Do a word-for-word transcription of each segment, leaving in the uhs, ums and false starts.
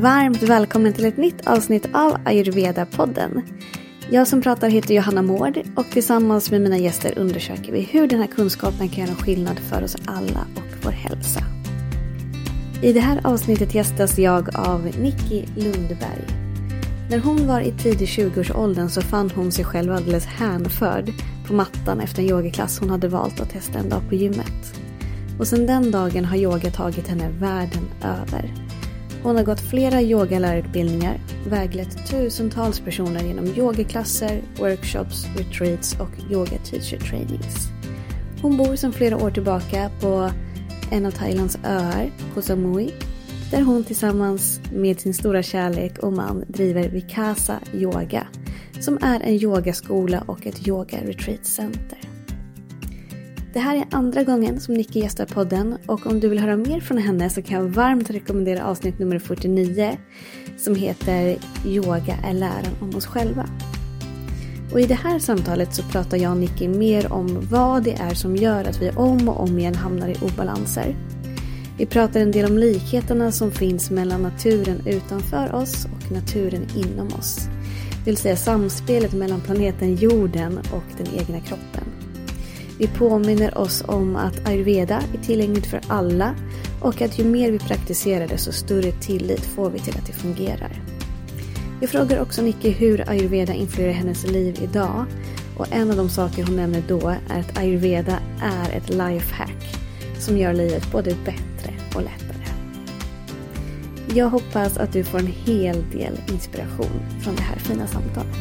Varmt välkommen till ett nytt avsnitt av Ayurveda-podden. Jag som pratar heter Johanna Mård och tillsammans med mina gäster undersöker vi hur den här kunskapen kan göra skillnad för oss alla och vår hälsa. I det här avsnittet gästas jag av Nikki Lundberg. När hon var i tidig tjugoårsåldern så fann hon sig själv alldeles hänförd på mattan efter en yogaklass hon hade valt att testa en dag på gymmet. Och sedan den dagen har yoga tagit henne världen över. Hon har gått flera yogalärarutbildningar, väglett tusentals personer genom yogaklasser, workshops, retreats och yoga teacher trainings. Hon bor sedan flera år tillbaka på en av Thailands öar, Koh Samui, där hon tillsammans med sin stora kärlek och man driver Vikasa Yoga, som är en yogaskola och ett yoga-retreat-center. Det här är andra gången som Nikki gästar podden och om du vill höra mer från henne så kan jag varmt rekommendera avsnitt nummer fyrtionio som heter Yoga är läran om oss själva. Och i det här samtalet så pratar jag och Nikki mer om vad det är som gör att vi om och om igen hamnar i obalanser. Vi pratar en del om likheterna som finns mellan naturen utanför oss och naturen inom oss. Det vill säga samspelet mellan planeten jorden och den egna kroppen. Vi påminner oss om att Ayurveda är tillgängligt för alla och att ju mer vi praktiserar det så större tillit får vi till att det fungerar. Jag frågar också Nikki hur Ayurveda influerar hennes liv idag och en av de saker hon nämner då är att Ayurveda är ett lifehack som gör livet både bättre och lättare. Jag hoppas att du får en hel del inspiration från det här fina samtalet.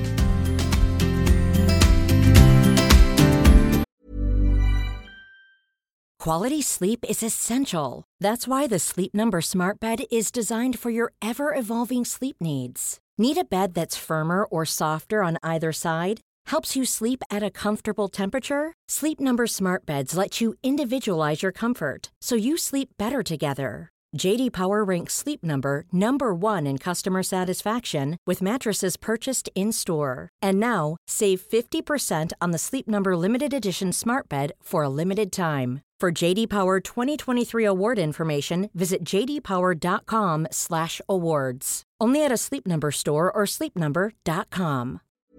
Quality sleep is essential. That's why the Sleep Number Smart Bed is designed for your ever-evolving sleep needs. Need a bed that's firmer or softer on either side? Helps you sleep at a comfortable temperature? Sleep Number Smart Beds let you individualize your comfort, so you sleep better together. J D Power ranks Sleep Number number one in customer satisfaction with mattresses purchased in-store. And now, save fifty percent on the Sleep Number Limited Edition Smart Bed for a limited time. For J D Power twenty twenty-three award information, visit j d power dot com slash awards. Only at a Sleep Number store or sleep number dot com.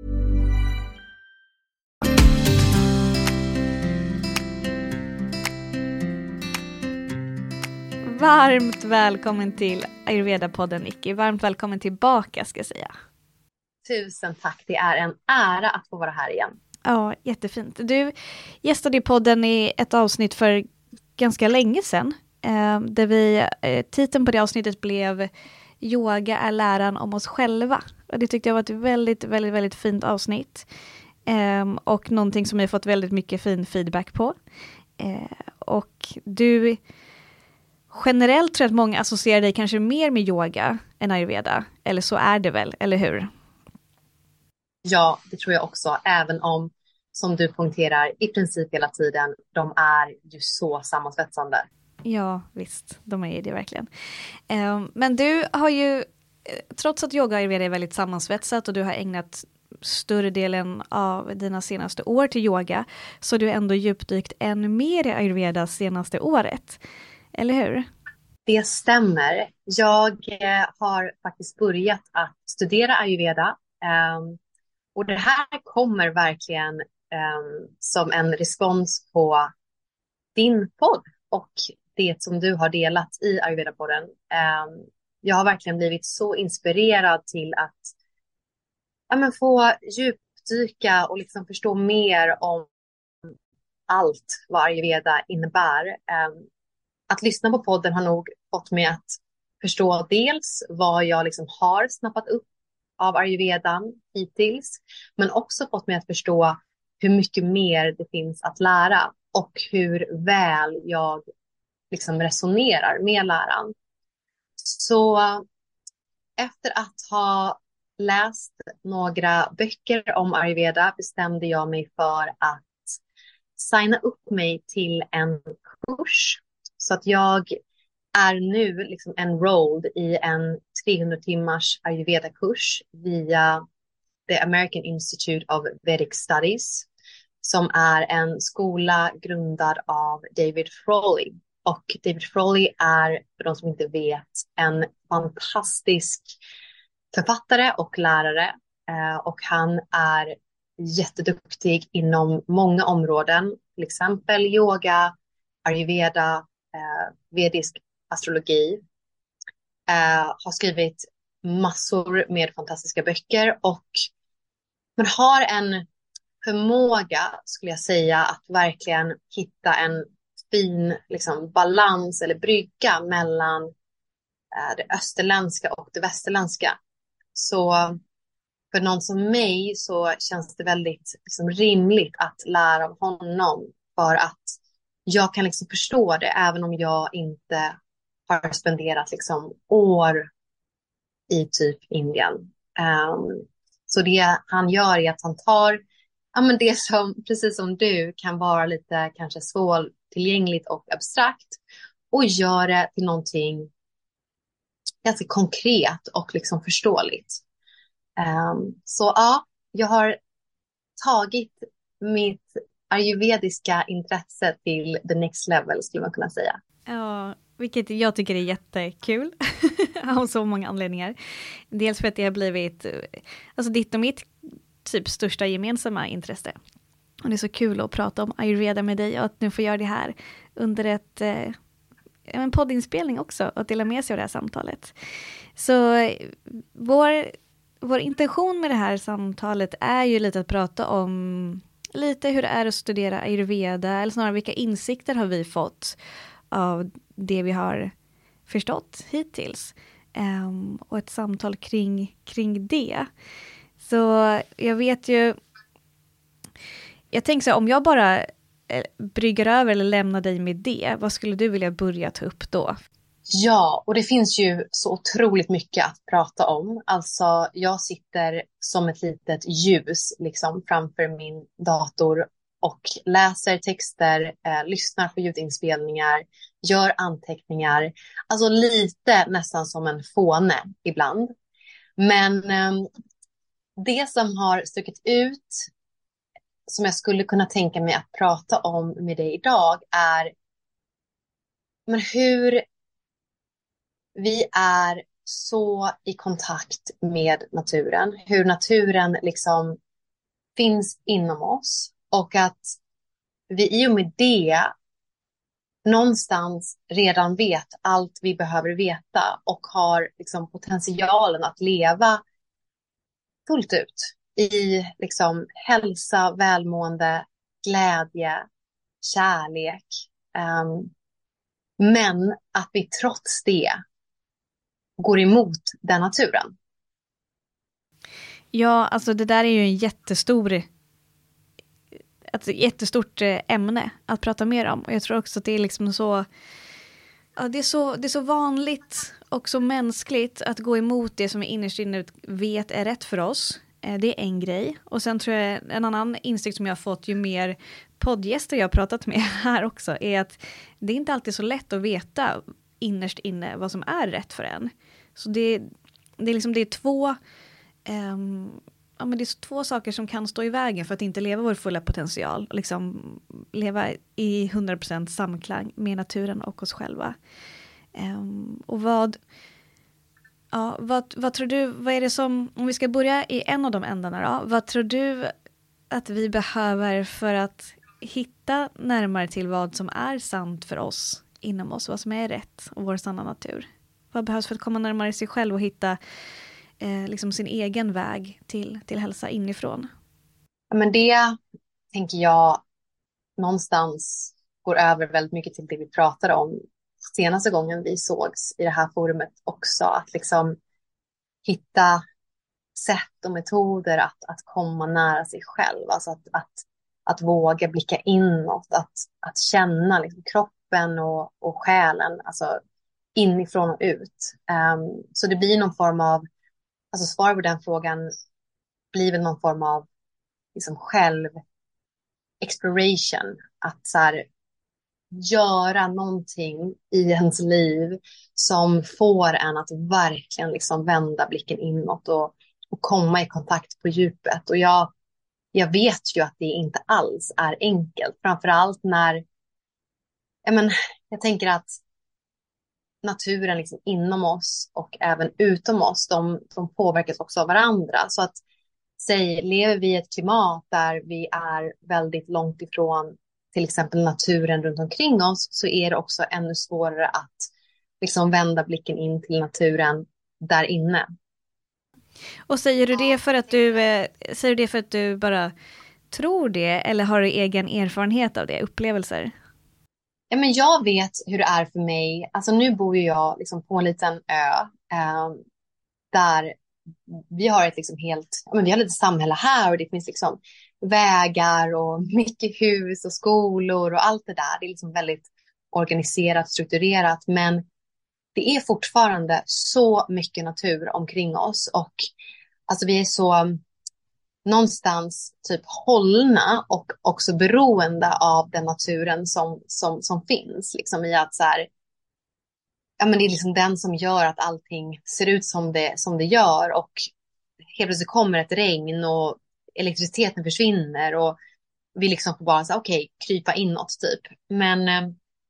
Varmt välkommen till Ayurveda-podden Nikki. Varmt välkommen tillbaka ska jag säga. Tusen tack, det är en ära att få vara här igen. Ja, jättefint. Du gästade i podden i ett avsnitt för ganska länge sedan. Eh, där vi, eh, titeln på det avsnittet blev Yoga är läran om oss själva. Och det tyckte jag var ett väldigt, väldigt, väldigt fint avsnitt. Eh, och någonting som jag fått väldigt mycket fin feedback på. Eh, och du... Generellt tror jag att många associerar dig kanske mer med yoga än ayurveda. Eller så är det väl, eller hur? Ja, det tror jag också. Även om, som du poängterar, i princip hela tiden, de är ju så sammansvetsande. Ja, visst. De är det verkligen. Men du har ju, trots att yoga och ayurveda är väldigt sammansvetsat och du har ägnat större delen av dina senaste år till yoga, så du har ändå djupdykt än mer i ayurveda senaste året. Eller hur? Det stämmer. Jag har faktiskt börjat att studera ayurveda. Um, och det här kommer verkligen um, som en respons på din podd och det som du har delat i Ayurveda-podden. Um, jag har verkligen blivit så inspirerad till att ja, men få djupdyka och liksom förstå mer om allt vad ayurveda innebär. Um, Att lyssna på podden har nog fått mig att förstå dels vad jag liksom har snappat upp av ayurvedan hittills, men också fått mig att förstå hur mycket mer det finns att lära och hur väl jag liksom resonerar med läran. Så efter att ha läst några böcker om ayurveda bestämde jag mig för att signa upp mig till en kurs. Så att jag är nu liksom enrolled i en trehundra timmars ayurveda-kurs via the American Institute of Vedic Studies, som är en skola grundad av David Frawley. Och David Frawley är, för de som inte vet, en fantastisk författare och lärare. Eh, och han är jätteduktig inom många områden, till exempel yoga, ayurveda, eh, vedisk astrologi. Eh, har skrivit massor med fantastiska böcker och man har en förmåga, skulle jag säga, att verkligen hitta en fin liksom, balans eller brygga mellan eh, det österländska och det västerländska. Så för någon som mig så känns det väldigt liksom, rimligt att lära av honom för att jag kan liksom förstå det även om jag inte har spenderat liksom, år i typ Indien. Um, så det han gör är att han tar ja, men det som, precis som du, kan vara lite kanske svårtillgängligt och abstrakt och gör det till någonting ganska konkret och liksom förståeligt. Um, så ja, jag har tagit mitt ayurvediska intresse till the next level, skulle man kunna säga. Ja, vilket jag tycker är jättekul av så många anledningar. Dels för att det har blivit alltså ditt och mitt typ största gemensamma intresse. Och det är så kul att prata om ayurveda med dig och att nu få göra det här under ett, eh, en poddinspelning också och dela med sig av det här samtalet. Så vår, vår intention med det här samtalet är ju lite att prata om lite hur det är att studera ayurveda, eller snarare vilka insikter har vi fått av det vi har förstått hittills. Um, och ett samtal kring, kring det. Så jag vet ju, jag tänker så här, om jag bara eh, brygger över eller lämnar dig med det, vad skulle du vilja börja ta upp då? Ja, och det finns ju så otroligt mycket att prata om. Alltså, jag sitter som ett litet ljus liksom framför min dator och läser texter, eh, lyssnar på ljudinspelningar, gör anteckningar. Alltså lite nästan som en fåne ibland. Men eh, det som har stuckit ut, som jag skulle kunna tänka mig att prata om med dig idag, är men hur vi är så i kontakt med naturen. Hur naturen liksom finns inom oss. Och att vi i och med det någonstans redan vet allt vi behöver veta. Och har liksom potentialen att leva fullt ut. I liksom hälsa, välmående, glädje, kärlek. Um, men att vi trots det går emot den naturen. Ja, alltså det där är ju en jättestor ett jättestort ämne att prata mer om. Och jag tror också att det är liksom så ja, det är så det är så vanligt och så mänskligt att gå emot det som vi innerst inne vet är rätt för oss. Det är en grej. Och sen tror jag en annan insikt som jag har fått ju mer poddgäster jag har pratat med här också är att det är inte alltid så lätt att veta innerst inne vad som är rätt för en. Så det, det är liksom det är två um, ja, men det är två saker som kan stå i vägen för att inte leva vår fulla potential. Liksom leva i hundra procent samklang med naturen och oss själva. Um, och vad, ja, vad, vad tror du, vad är det som, om vi ska börja i en av de ändarna då, vad tror du att vi behöver för att hitta närmare till vad som är sant för oss inom oss, vad som är rätt och vår sanna natur? Vad behövs för att komma närmare sig själv och hitta eh, liksom sin egen väg till, till hälsa inifrån? Ja, men det tänker jag någonstans går över väldigt mycket till det vi pratade om senaste gången vi sågs i det här forumet också. Att liksom hitta sätt och metoder att, att komma nära sig själv. Alltså att, att, att våga blicka inåt, att, att känna liksom kroppen och, och själen, alltså inifrån och ut. Um, så det blir någon form av, alltså svar på den frågan blir väl någon form av liksom själv exploration, att så här, göra någonting i ens liv som får en att verkligen liksom vända blicken inåt och, och komma i kontakt på djupet. Och jag, jag vet ju att det inte alls är enkelt, framförallt när, jag men, jag tänker att naturen liksom inom oss och även utom oss, de, de påverkas också av varandra. Så att säg, lever vi i ett klimat där vi är väldigt långt ifrån till exempel naturen runt omkring oss, så är det också ännu svårare att liksom vända blicken in till naturen där inne. Och säger du det för att du, eh, säger du det för att du bara tror det, eller har du egen erfarenhet av det, upplevelser? Ja, men jag vet hur det är för mig. Alltså nu bor ju jag liksom på en liten ö eh, där vi har ett liksom helt, ja, men vi har lite samhälle här och det finns liksom vägar och mycket hus och skolor och allt det där. Det är liksom väldigt organiserat, strukturerat, men det är fortfarande så mycket natur omkring oss och alltså vi är så någonstans typ hållna och också beroende av den naturen som, som, som finns. Liksom i att så här, ja, men det är liksom den som gör att allting ser ut som det, som det gör och helt plötsligt kommer ett regn och elektriciteten försvinner och vi liksom får bara så okej, okay, krypa inåt typ. Men eh,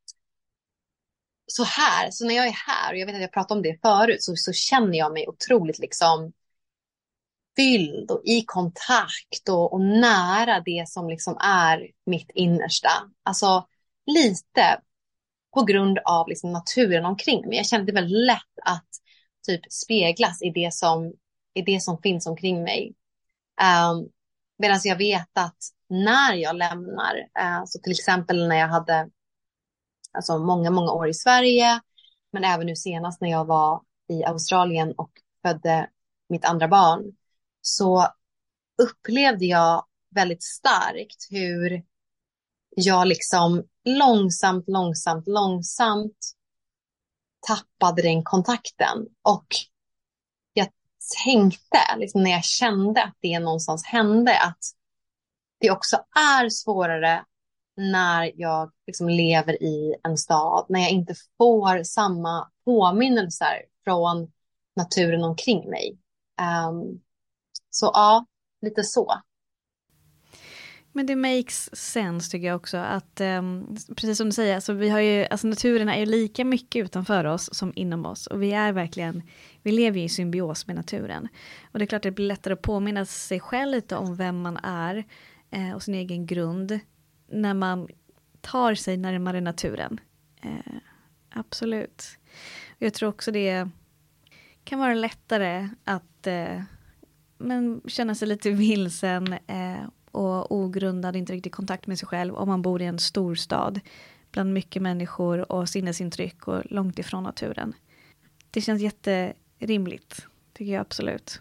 så här, så när jag är här och jag vet att jag pratade om det förut så, så känner jag mig otroligt liksom fylld och i kontakt och, och nära det som liksom är mitt innersta. Alltså lite på grund av liksom naturen omkring mig. Jag känner det väldigt lätt att typ speglas i det som, i det som finns omkring mig. Um, medan jag vet att när jag lämnar, uh, så till exempel när jag hade alltså många, många år i Sverige, men även nu senast när jag var i Australien och födde mitt andra barn, så upplevde jag väldigt starkt hur jag liksom långsamt, långsamt, långsamt tappade den kontakten. Och jag tänkte, liksom när jag kände att det någonstans hände, att det också är svårare när jag liksom lever i en stad, när jag inte får samma påminnelser från naturen omkring mig. Um, så ja, lite så. Men det makes sense tycker jag också att um, precis som du säger, alltså vi har ju, alltså naturen är ju lika mycket utanför oss som inom oss och vi är verkligen, vi lever ju i symbios med naturen. Och det är klart att det blir lättare att påminna sig själv lite om vem man är eh, och sin egen grund när man tar sig närmare naturen. Eh, absolut. Och jag tror också det kan vara lättare att eh, men känna sig lite vilsen eh, och ogrundad, inte riktigt kontakt med sig själv om man bor i en storstad bland mycket människor och sinnesintryck och långt ifrån naturen. Det känns jätterimligt, tycker jag absolut.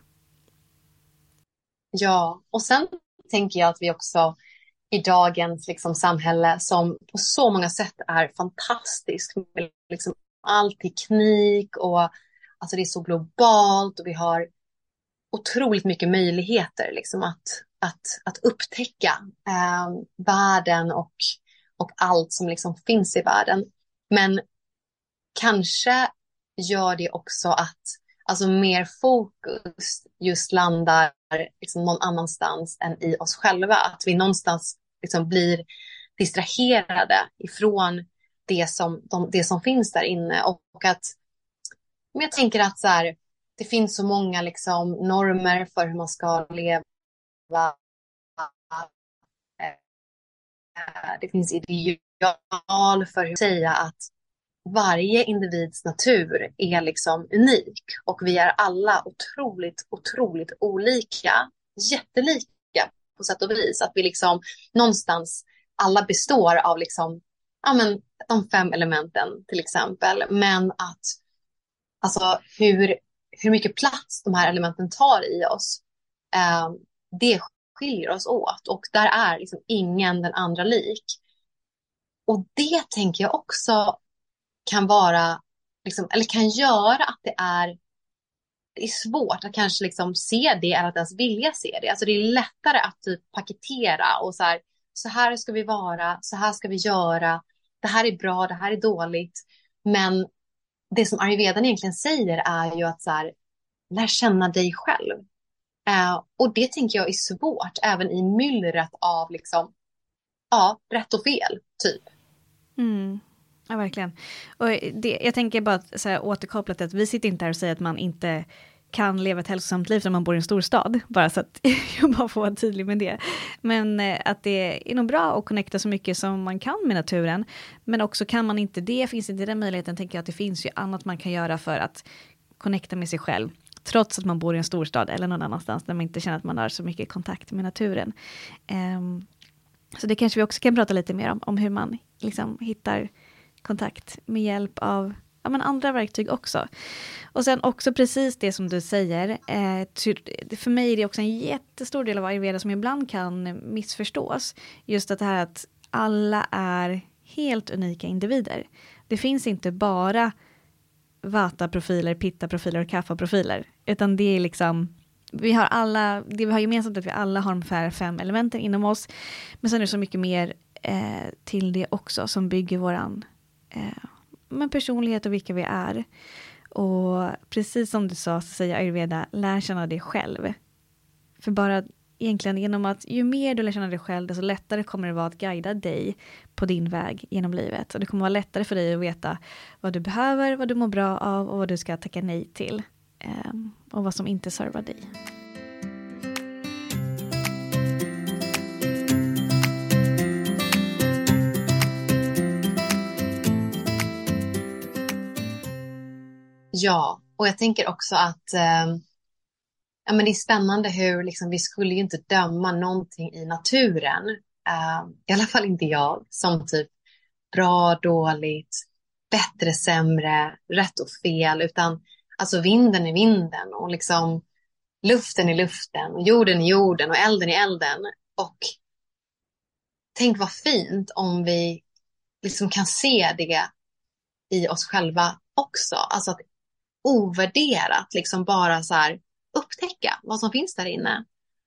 Ja, och sen tänker jag att vi också i dagens liksom, samhälle som på så många sätt är fantastiskt med liksom, all teknik och alltså, det är så globalt och vi har otroligt mycket möjligheter liksom, att, att, att upptäcka eh, världen och, och allt som liksom finns i världen. Men kanske gör det också att alltså, mer fokus just landar liksom, någon annanstans än i oss själva. Att vi någonstans liksom, blir distraherade ifrån det som, de, det som finns där inne. Och, och att men jag tänker att så här, det finns så många liksom, normer för hur man ska leva. Det finns ideal för hur säga att varje individs natur är liksom unik. Och vi är alla otroligt, otroligt olika. Jättelika på sätt och vis. Att vi liksom någonstans alla består av liksom, ja, men, de fem elementen till exempel. Men att alltså, hur, hur mycket plats de här elementen tar i oss, eh, det skiljer oss åt. Och där är liksom ingen den andra lik. Och det tänker jag också kan vara, liksom, eller kan göra att det är, det är svårt att kanske liksom se det eller att ens vilja se det. Alltså det är lättare att typ paketera och så här, så här ska vi vara, så här ska vi göra, det här är bra, det här är dåligt. Men det som ayurvedan egentligen säger är ju att så här, lär känna dig själv. Uh, och det tänker jag är svårt även i myllret av liksom, ja, rätt och fel typ. Mm. Ja, verkligen. Och det, jag tänker bara så här, återkopplat att vi sitter inte här och säger att man inte kan leva ett hälsosamt liv när man bor i en stor stad. Bara så att jag bara får vara tydlig med det. Men eh, att det är nog bra att connecta så mycket som man kan med naturen. Men också kan man inte det, finns inte den möjligheten, tänker jag att det finns ju annat man kan göra för att connecta med sig själv. Trots att man bor i en storstad eller någon annanstans där man inte känner att man har så mycket kontakt med naturen. Um, så det kanske vi också kan prata lite mer om. Om hur man liksom hittar kontakt med hjälp av ja, men andra verktyg också. Och sen också precis det som du säger. Eh, för mig är det också en jättestor del av ayurveda som ibland kan missförstås. Just att det här att alla är helt unika individer. Det finns inte bara vata-profiler, pitta-profiler och kapha-profiler. Utan det är liksom, vi har alla, det vi har gemensamt är att vi alla har ungefär fem elementen inom oss. Men sen är det så mycket mer eh, till det också som bygger våran eh, men personlighet och vilka vi är. Och precis som du sa så säger ayurveda, lär känna dig själv. För bara egentligen genom att ju mer du lär känna dig själv, desto lättare kommer det vara att guida dig på din väg genom livet. Och det kommer vara lättare för dig att veta vad du behöver, vad du mår bra av och vad du ska tacka nej till. Um, och vad som inte servar dig. Ja, och jag tänker också att eh, ja, men det är spännande hur liksom, vi skulle ju inte döma någonting i naturen. Uh, I alla fall inte jag, som typ bra, dåligt, bättre, sämre, rätt och fel. Utan alltså vinden är vinden och liksom luften är luften och jorden är jorden och elden är elden. Och tänk vad fint om vi liksom kan se det i oss själva också. Alltså att ovärderat liksom bara så här upptäcka vad som finns där inne.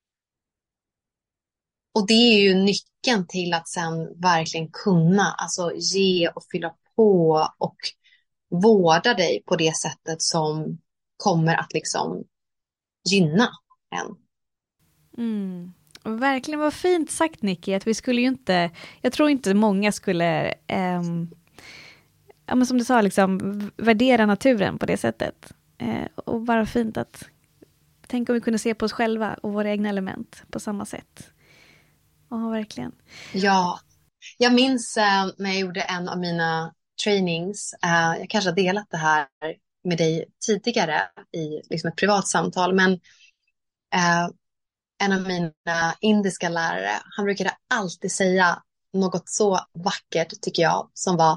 Och det är ju nyckeln till att sen verkligen kunna alltså ge och fylla på och vårda dig på det sättet som kommer att liksom gynna en. Mm. Och verkligen vad fint sagt, Nicky, att vi skulle ju inte, jag tror inte många skulle ähm, ja, men som du sa, liksom värdera naturen på det sättet. Eh, och bara fint att tänk om vi kunde se på oss själva och våra egna element på samma sätt. Ja, verkligen. Ja, jag minns eh, när jag gjorde en av mina trainings, eh, jag kanske har delat det här med dig tidigare i liksom ett privat samtal, men eh, en av mina indiska lärare, han brukade alltid säga något så vackert tycker jag, som var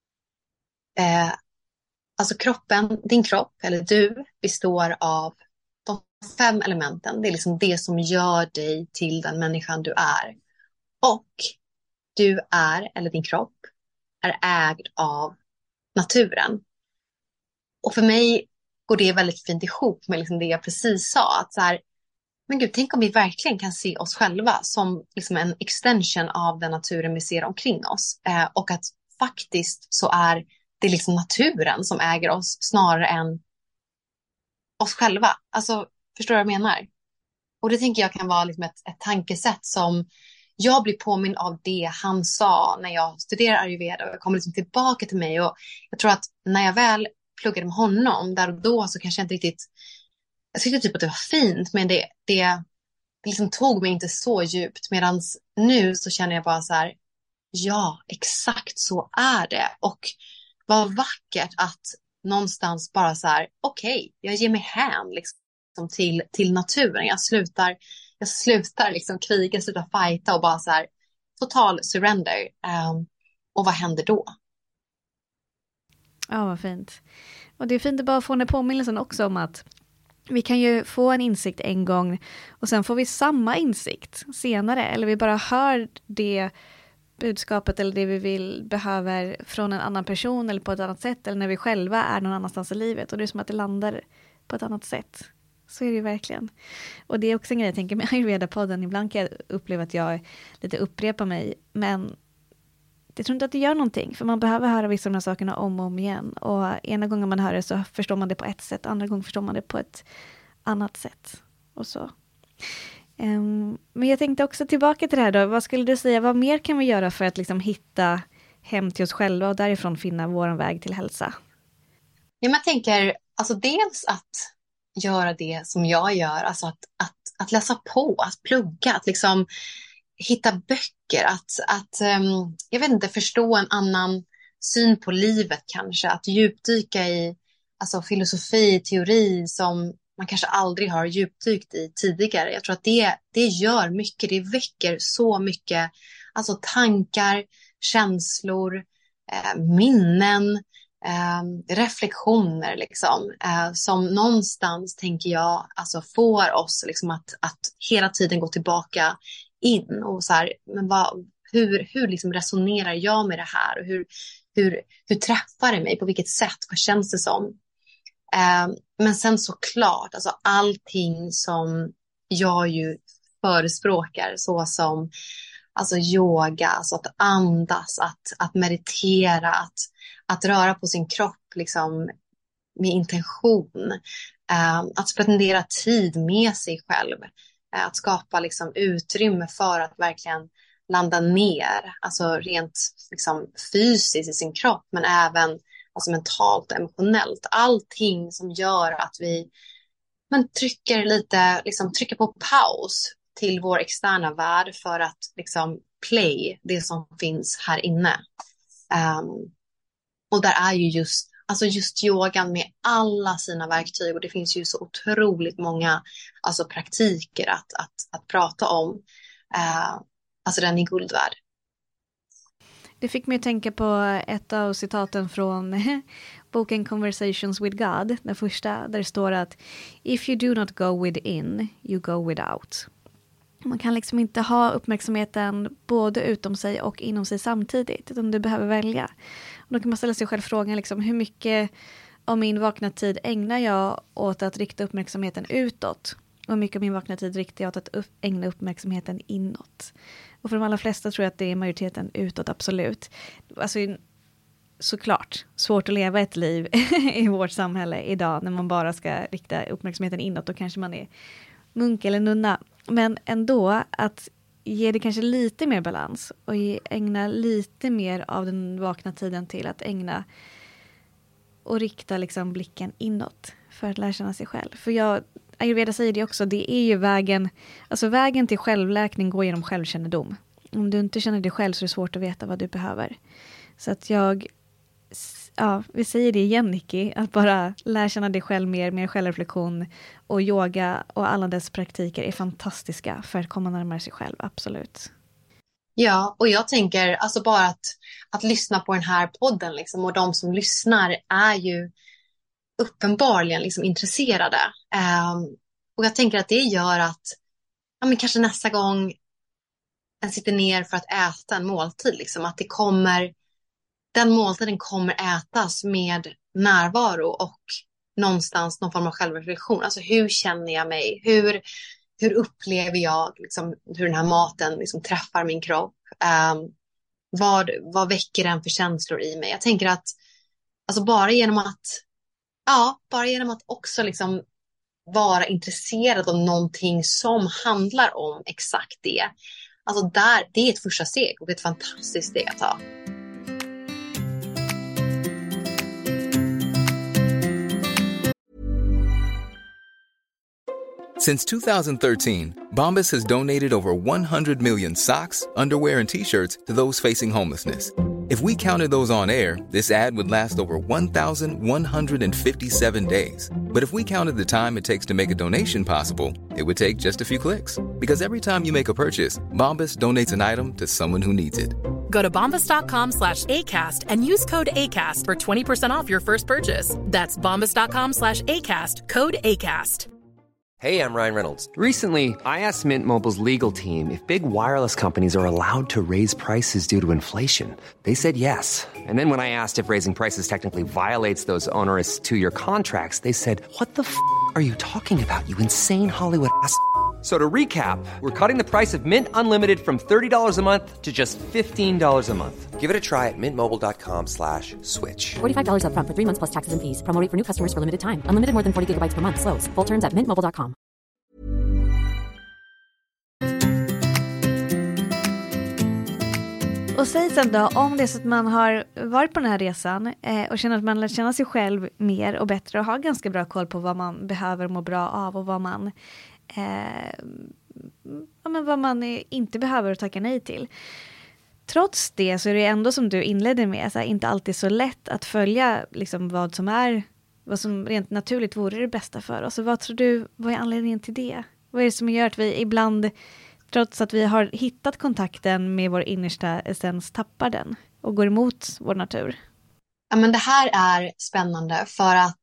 eh, alltså kroppen, din kropp eller du består av de fem elementen. Det är liksom det som gör dig till den människan du är. Och du är, eller din kropp, är ägd av naturen. Och för mig går det väldigt fint ihop med liksom det jag precis sa. Att så här, men gud, tänk om vi verkligen kan se oss själva som liksom en extension av den naturen vi ser omkring oss. Eh, och att faktiskt så är det liksom naturen som äger oss snarare än oss själva. Alltså, förstår du vad jag menar? Och det tänker jag kan vara liksom ett, ett tankesätt som jag blir påminn av det han sa när jag studerar ayurveda. Och jag kommer liksom tillbaka till mig. Och jag tror att när jag väl pluggade med honom där och då så kanske jag inte riktigt... Jag tyckte typ att det var fint, men det, det, det liksom tog mig inte så djupt. Medan nu så känner jag bara så här, ja, exakt så är det. Och vad vackert att någonstans bara så här, okej, okay, jag ger mig hän liksom till, till naturen. Jag slutar, jag slutar liksom kriga, slutar fighta och bara så här, total surrender. Um, och vad händer då? Ja, vad fint. Och det är fint att bara få den påminnelsen också om att vi kan ju få en insikt en gång och sen får vi samma insikt senare. Eller vi bara hör det budskapet eller det vi vill behöver från en annan person eller på ett annat sätt. Eller när vi själva är någon annanstans i livet. Och det är som att det landar på ett annat sätt. Så är det ju verkligen. Och det är också en grej jag tänker med Ayurveda-podden. Ibland kan jag uppleva att jag lite upprepar mig. Men jag tror inte att det gör någonting. För man behöver höra vissa av de här sakerna om och om igen. Och ena gången man hör det så förstår man det på ett sätt. Andra gången förstår man det på ett annat sätt. Och så. Um, men jag tänkte också tillbaka till det här då. Vad skulle du säga? Vad mer kan vi göra för att liksom hitta hem till oss själva och därifrån finna vår väg till hälsa? Ja, man tänker alltså dels att göra det som jag gör, alltså att, att, att läsa på, att plugga, att liksom hitta böcker, att, att um, jag vet inte, förstå en annan syn på livet kanske, att djupdyka i alltså filosofi, teori som man kanske aldrig har djupdykt i tidigare. Jag tror att det, det gör mycket, det väcker så mycket alltså tankar, känslor, eh, minnen, eh, reflektioner liksom, eh, som någonstans tänker jag alltså får oss liksom att, att hela tiden gå tillbaka in och så här, men vad, hur, hur liksom resonerar jag med det här och hur, hur, hur träffar det mig, på vilket sätt, vad känns det som? Eh, men sen såklart, alltså allting som jag ju förespråkar, så som alltså yoga, alltså att andas, att, att meditera, att, att röra på sin kropp liksom, med intention, eh, att spendera tid med sig själv, eh, att skapa liksom, utrymme för att verkligen landa ner, alltså rent liksom, fysiskt i sin kropp, men även alltså, mentalt och emotionellt. Allting som gör att vi men, trycker lite, liksom, trycker på paus till vår externa värld för att liksom play det som finns här inne. Um, och där är ju just, alltså just yogan med alla sina verktyg, och det finns ju så otroligt många alltså praktiker att, att, att prata om. Uh, alltså den är guld värd. Det fick mig att tänka på ett av citaten från boken Conversations with God, den första, där det står att if you do not go within, you go without. Man kan liksom inte ha uppmärksamheten både utom sig och inom sig samtidigt, utan du behöver välja. Och då kan man ställa sig själv frågan, liksom, hur mycket av min vakna tid ägnar jag åt att rikta uppmärksamheten utåt? Och hur mycket av min vakna tid riktar jag åt att upp, ägna uppmärksamheten inåt? Och för de allra flesta tror jag att det är majoriteten utåt, absolut. Alltså såklart, svårt att leva ett liv i vårt samhälle idag när man bara ska rikta uppmärksamheten inåt. Då kanske man är munk eller nunna. Men ändå att ge det kanske lite mer balans och ge, ägna lite mer av den vakna tiden till att ägna och rikta liksom blicken inåt för att lära känna sig själv. För jag, Ayurveda säger det också, det är ju vägen, alltså vägen till självläkning går genom självkännedom. Om du inte känner dig själv så är det svårt att veta vad du behöver. Så att jag, ja, vi säger det igen Nicky, att bara lära känna dig själv mer, mer självreflektion och yoga och alla dess praktiker är fantastiska för att komma närmare sig själv, absolut. Ja, och jag tänker alltså bara att, att lyssna på den här podden liksom, och de som lyssnar är ju uppenbarligen liksom intresserade. Um, och jag tänker att det gör att ja, men kanske nästa gång en sitter ner för att äta en måltid, liksom, att det kommer, den måltiden kommer ätas med närvaro och någonstans någon form av självreflektion. Alltså hur känner jag mig? Hur, hur upplever jag liksom, hur den här maten liksom, träffar min kropp? Um, vad, vad väcker den för känslor i mig? Jag tänker att alltså, bara genom att Ja, bara genom att också liksom vara intresserad av någonting som handlar om exakt det. Alltså där, det är ett första steg och det är ett fantastiskt steg att ta. Since two thousand thirteen, Bombas has donated over one hundred million socks, underwear, and T-shirts to those facing homelessness. If we counted those on air, this ad would last over one thousand one hundred fifty-seven days. But if we counted the time it takes to make a donation possible, it would take just a few clicks. Because every time you make a purchase, Bombas donates an item to someone who needs it. Go to bombas.com slash ACAST and use code ACAST for twenty percent off your first purchase. That's bombas.com slash ACAST, code ACAST. Hey, I'm Ryan Reynolds. Recently, I asked Mint Mobile's legal team if big wireless companies are allowed to raise prices due to inflation. They said yes. And then when I asked if raising prices technically violates those onerous two-year contracts, they said, what the f*** are you talking about, you insane Hollywood ass f- So to recap, we're cutting the price of Mint Unlimited from thirty dollars a month to just fifteen dollars a month. Give it a try at mintmobile.com slash switch. forty-five dollars up front for three months plus taxes and fees. Promo rate for new customers for limited time. Unlimited more than forty gigabytes per month. Slows full terms at mint mobile dot com. Och säg sen då, om det är så att man har varit på den här resan eh, och känner att man lär känna sig själv mer och bättre och har ganska bra koll på vad man behöver må bra av och vad man, eh, ja, men vad man inte behöver tacka nej till. Trots det så är det ändå, som du inledde med, så här, inte alltid så lätt att följa liksom, vad som är, vad som rent naturligt vore det bästa för oss. Och vad tror du, vad är anledningen till det? Vad är det som gör att vi ibland, trots att vi har hittat kontakten med vår innersta essens, tappar den och går emot vår natur? Ja, men det här är spännande, för att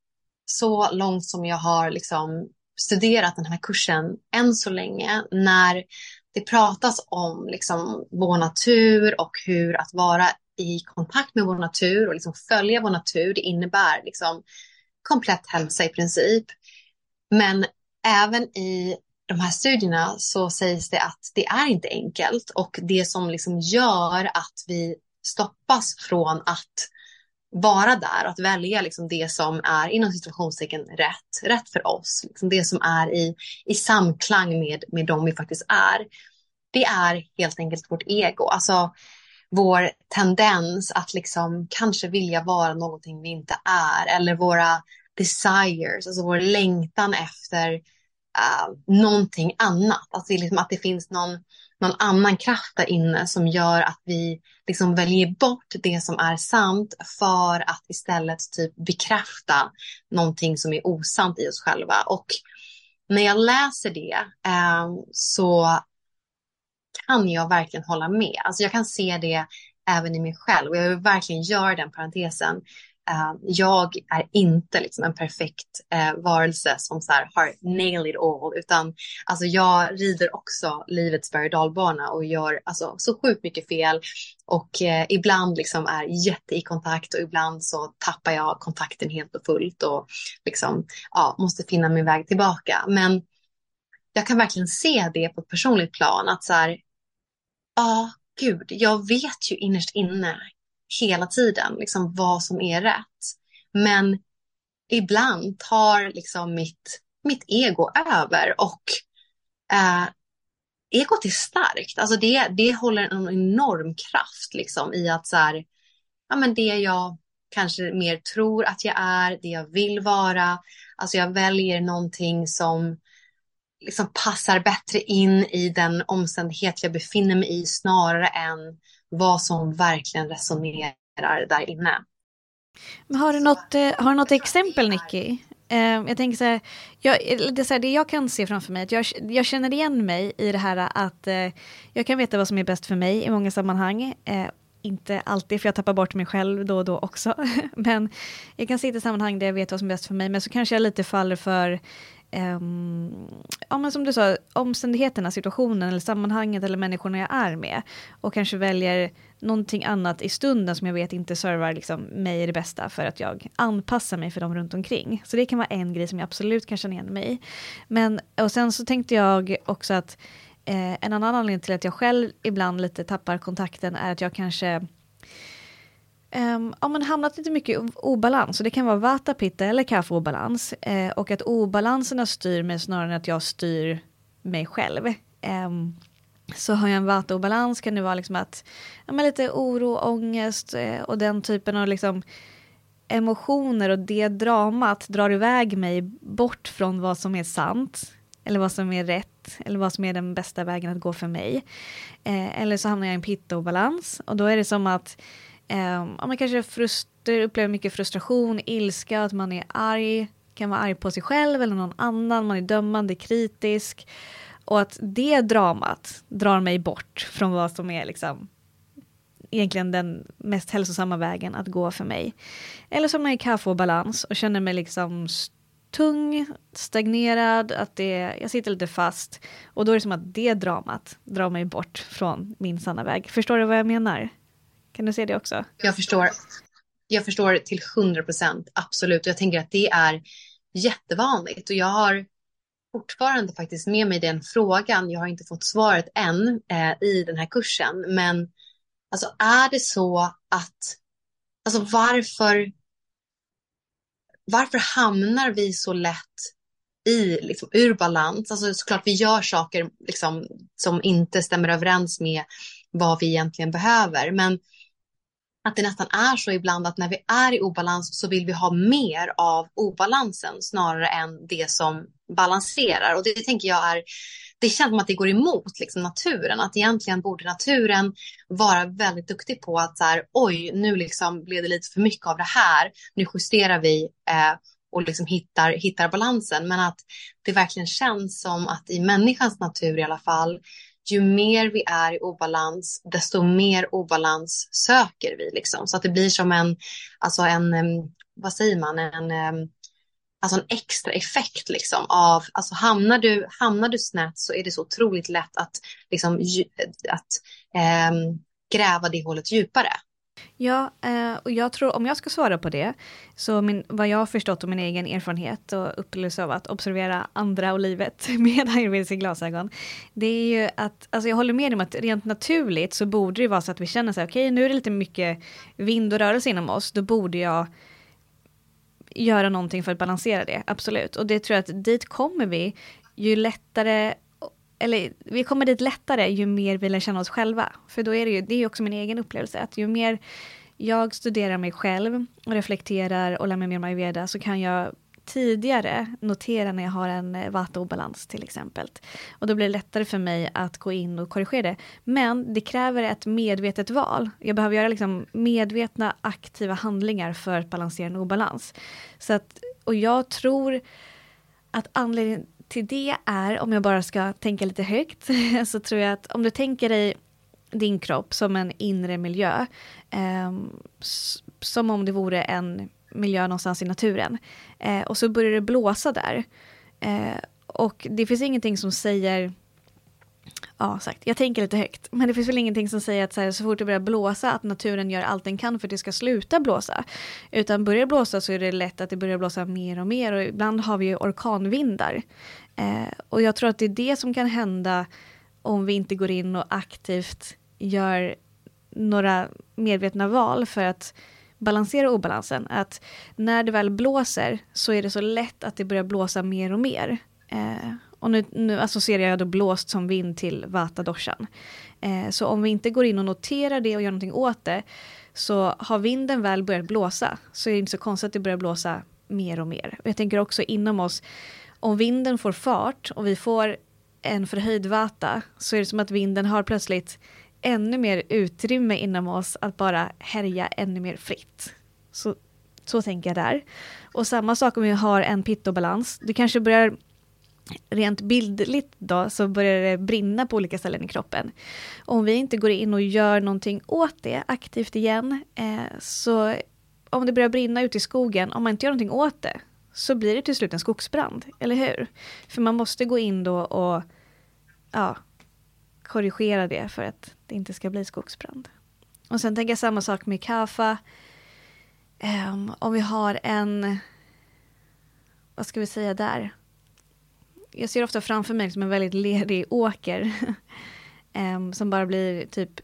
så långt som jag har liksom studerat den här kursen än så länge, när det pratas om liksom vår natur och hur att vara i kontakt med vår natur och liksom följa vår natur, det innebär liksom komplett hälsa i princip. Men även i de här studierna så sägs det att det är inte enkelt, och det som liksom gör att vi stoppas från att vara där, att välja liksom det som är inom situationstecken rätt, rätt för oss, liksom det som är i, i samklang med, med dem vi faktiskt är. Det är helt enkelt vårt ego, alltså vår tendens att liksom kanske vilja vara någonting vi inte är, eller våra desires, alltså vår längtan efter uh, någonting annat, alltså liksom att det finns någon, någon annan kraft där inne som gör att vi liksom väljer bort det som är sant för att istället typ bekräfta någonting som är osant i oss själva. Och när jag läser det um, så kan jag verkligen hålla med. Alltså jag kan se det även i mig själv, och jag vill verkligen göra den parentesen. Uh, jag är inte liksom en perfekt uh, varelse som så här har nailed it all, utan alltså jag rider också livets berg- och dalbana och gör alltså så sjukt mycket fel, och uh, ibland liksom är jätte i kontakt, och ibland så tappar jag kontakten helt och fullt och liksom ja, måste finna min väg tillbaka. Men jag kan verkligen se det på ett personligt plan, att så här, ja, gud, jag vet ju innerst inne hela tiden liksom vad som är rätt. Men ibland tar liksom mitt, mitt ego över, och eh, egot är starkt. Alltså det, det håller en enorm kraft liksom i att så här, ja, men det jag kanske mer tror att jag är, det jag vill vara. Alltså jag väljer någonting som liksom passar bättre in i den omständighet jag befinner mig i, snarare än vad som verkligen resonerar där inne. Men har du något, har du något exempel, Nicky? Uh, jag tänker så här, jag, det, är så här, det jag kan se framför mig, att jag, jag känner igen mig i det här att uh, jag kan veta vad som är bäst för mig i många sammanhang. Uh, inte alltid, för jag tappar bort mig själv då och då också. Men jag kan sitta i sammanhang där jag vet vad som är bäst för mig, men så kanske jag lite faller för Um, ja, men som du sa, omständigheterna, situationen eller sammanhanget eller människorna jag är med, och kanske väljer någonting annat i stunden som jag vet inte servar liksom mig det bästa, för att jag anpassar mig för dem runt omkring. Så det kan vara en grej som jag absolut kan känna igen mig i. Men, och sen så tänkte jag också att eh, en annan anledning till att jag själv ibland lite tappar kontakten är att jag kanske Um, ja, man hamnat lite mycket i obalans, och det kan vara vata, pitta eller kaffe-obalans, uh, och att obalanserna styr mig snarare än att jag styr mig själv. Um, så har jag en vata-obalans kan det vara liksom att ja, men lite oro, ångest uh, och den typen av liksom emotioner, och det dramat drar iväg mig bort från vad som är sant eller vad som är rätt eller vad som är den bästa vägen att gå för mig. Uh, eller så hamnar jag i en pitta-obalans, och då är det som att Um, om man kanske frustrar, upplever mycket frustration, ilska, att man är arg, kan vara arg på sig själv eller någon annan, man är dömande, kritisk, och att det dramat drar mig bort från vad som är liksom egentligen den mest hälsosamma vägen att gå för mig. Eller så är man i kaffebalans och känner mig liksom tung, stagnerad, att det, jag sitter lite fast, och då är det som att det dramat drar mig bort från min sanna väg. Förstår du vad jag menar? Kan du se det också? Jag förstår. Jag förstår till hundra procent, absolut. Och jag tänker att det är jättevanligt. Och jag har fortfarande faktiskt med mig den frågan. Jag har inte fått svaret än eh, i den här kursen. Men alltså, är det så att, alltså varför, varför hamnar vi så lätt i liksom, ur balans? Alltså såklart vi gör saker liksom, som inte stämmer överens med vad vi egentligen behöver. Men att det nästan är så ibland att när vi är i obalans så vill vi ha mer av obalansen snarare än det som balanserar. Och det tänker jag är, det känns som att det går emot liksom naturen. Att egentligen borde naturen vara väldigt duktig på att så här, oj, nu liksom blev det lite för mycket av det här. Nu justerar vi eh, och liksom hittar, hittar balansen. Men att det verkligen känns som att i människans natur i alla fall, ju mer vi är i obalans, desto mer obalans söker vi. Liksom. Så att det blir som en, alltså en, vad säger man, en, alltså en extra effekt liksom av, alltså hamnar du, hamnar du snett så är det så otroligt lätt att, liksom, att eh, gräva det hålet djupare. Ja, och jag tror, om jag ska svara på det, så min, vad jag har förstått om min egen erfarenhet och upplevelse av att observera andra och livet med ayurvediska glasögon, det är ju att, alltså jag håller med om att rent naturligt så borde det vara så att vi känner så här, okej, okay, nu är det lite mycket vind och rörelse inom oss, då borde jag göra någonting för att balansera det, absolut. Och det tror jag att dit kommer vi ju lättare, eller vi kommer dit lättare ju mer vi lär känna oss själva. För då är det ju, det är ju också min egen upplevelse, att ju mer jag studerar mig själv och reflekterar och lär mig mer om ayurveda, så kan jag tidigare notera när jag har en vata-obalans till exempel. Och då blir det lättare för mig att gå in och korrigera det. Men det kräver ett medvetet val. Jag behöver göra liksom medvetna, aktiva handlingar för att balansera en obalans. Så att, och jag tror att anledningen till det är, om jag bara ska tänka lite högt, så tror jag att om du tänker dig din kropp som en inre miljö, eh, som om det vore en miljö någonstans i naturen, eh, och så börjar det blåsa där, eh, och det finns ingenting som säger, ja sagt, jag tänker lite högt, men det finns väl ingenting som säger att så, här, så fort det börjar blåsa att naturen gör allt den kan för att det ska sluta blåsa, utan börjar det blåsa så är det lätt att det börjar blåsa mer och mer, och ibland har vi ju orkanvindar, eh, och jag tror att det är det som kan hända om vi inte går in och aktivt gör några medvetna val för att balansera obalansen. Att när det väl blåser så är det så lätt att det börjar blåsa mer och mer. Eh, och nu, nu associerar jag då blåst som vind till vata-doshan. Eh, så om vi inte går in och noterar det och gör någonting åt det, så har vinden väl börjat blåsa, så är det inte så konstigt att det börjar blåsa mer och mer. Och jag tänker också inom oss, om vinden får fart och vi får en förhöjd vata, så är det som att vinden har plötsligt ännu mer utrymme inom oss att bara härja ännu mer fritt. Så, så tänker jag där. Och samma sak om vi har en pittobalans. Det kanske börjar, rent bildligt då, så börjar det brinna på olika ställen i kroppen. Om vi inte går in och gör någonting åt det aktivt igen, eh, så om det börjar brinna ute i skogen, om man inte gör någonting åt det, så blir det till slut en skogsbrand, eller hur? För man måste gå in då och ja, korrigera det för att det inte ska bli skogsbrand. Och sen tänker jag samma sak med kapha. Um, om vi har en, vad ska vi säga där? Jag ser ofta framför mig som en väldigt ledig åker um, som bara blir typ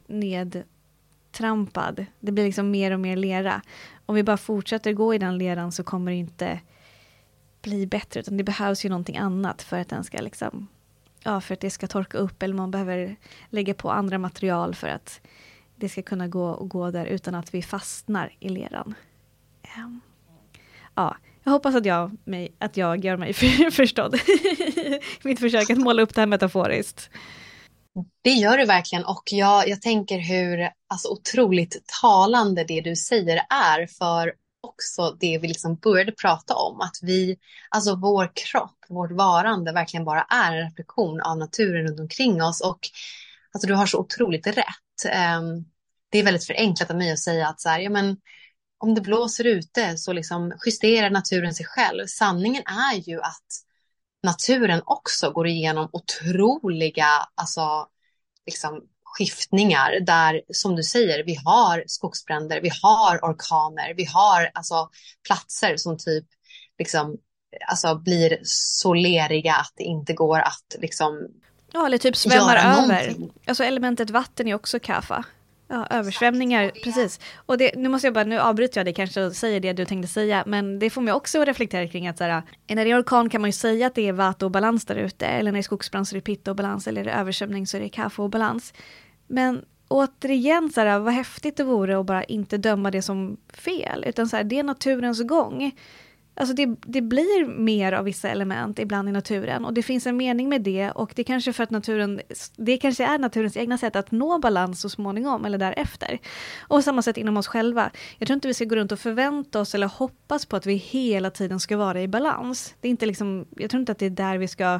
nedtrampad. Det blir liksom mer och mer lera. Om vi bara fortsätter gå i den leran så kommer det inte bli bättre, utan det behövs ju någonting annat för att den ska liksom, ja, för att det ska torka upp, eller man behöver lägga på andra material för att det ska kunna gå och gå där utan att vi fastnar i leran. Um, ja, jag hoppas att jag, mig, att jag gör mig för, förstådd mitt försök att måla upp det här metaforiskt. Det gör du verkligen, och jag, jag tänker hur alltså, otroligt talande det du säger är för också det vi liksom började prata om, att vi, alltså vår kropp, vårt varande verkligen bara är en reflektion av naturen runt omkring oss. Och alltså du har så otroligt rätt. Um, det är väldigt förenklat av mig att säga att så här, ja, men om det blåser ute så liksom justerar naturen sig själv. Sanningen är ju att naturen också går igenom otroliga alltså, liksom, skiftningar där, som du säger, vi har skogsbränder, vi har orkaner, vi har alltså, platser som typ liksom, alltså, blir så leriga att det inte går att liksom, ja, eller typ svämmar över. Alltså elementet vatten är också kapha. Ja, översvämningar, precis. Och det, nu måste jag bara, nu avbryter jag det kanske och säger det du tänkte säga, men det får mig också reflektera kring att så här, när det är orkan kan man ju säga att det är vata och balans där ute, eller när det är skogsbrand så är det pitta och balans, eller är det översvämning så är det kapha och balans. Men återigen så här, vad häftigt det vore att bara inte döma det som fel. Utan så här, det är naturens gång. Alltså det, det blir mer av vissa element ibland i naturen. Och det finns en mening med det. Och det kanske för att naturen, det kanske är naturens egna sätt att nå balans så småningom eller därefter. Och på samma sätt inom oss själva. Jag tror inte vi ska gå runt och förvänta oss eller hoppas på att vi hela tiden ska vara i balans. Det är inte liksom, jag tror inte att det är där vi ska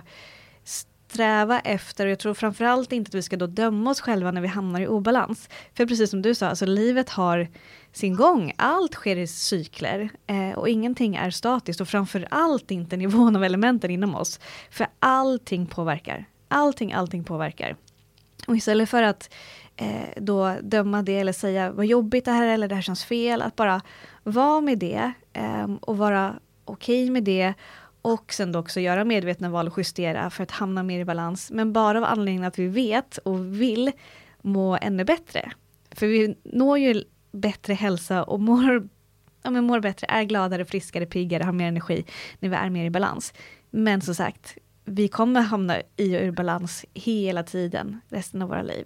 sträva efter. Och jag tror framförallt inte att vi ska då döma oss själva när vi hamnar i obalans. För precis som du sa, alltså livet har sin gång. Allt sker i cykler eh, och ingenting är statiskt och framförallt inte nivån av elementen inom oss. För allting påverkar. Allting, allting påverkar. Och istället för att eh, då döma det eller säga vad jobbigt det här är eller det här känns fel. Att bara vara med det eh, och vara okej med det. Och sen då också göra medvetna val och justera för att hamna mer i balans. Men bara av anledningen att vi vet och vill må ännu bättre. För vi når ju bättre hälsa och mår, ja, men mår bättre, är gladare, friskare, piggare, har mer energi när vi är mer i balans. Men som sagt, vi kommer hamna i ur balans hela tiden, resten av våra liv.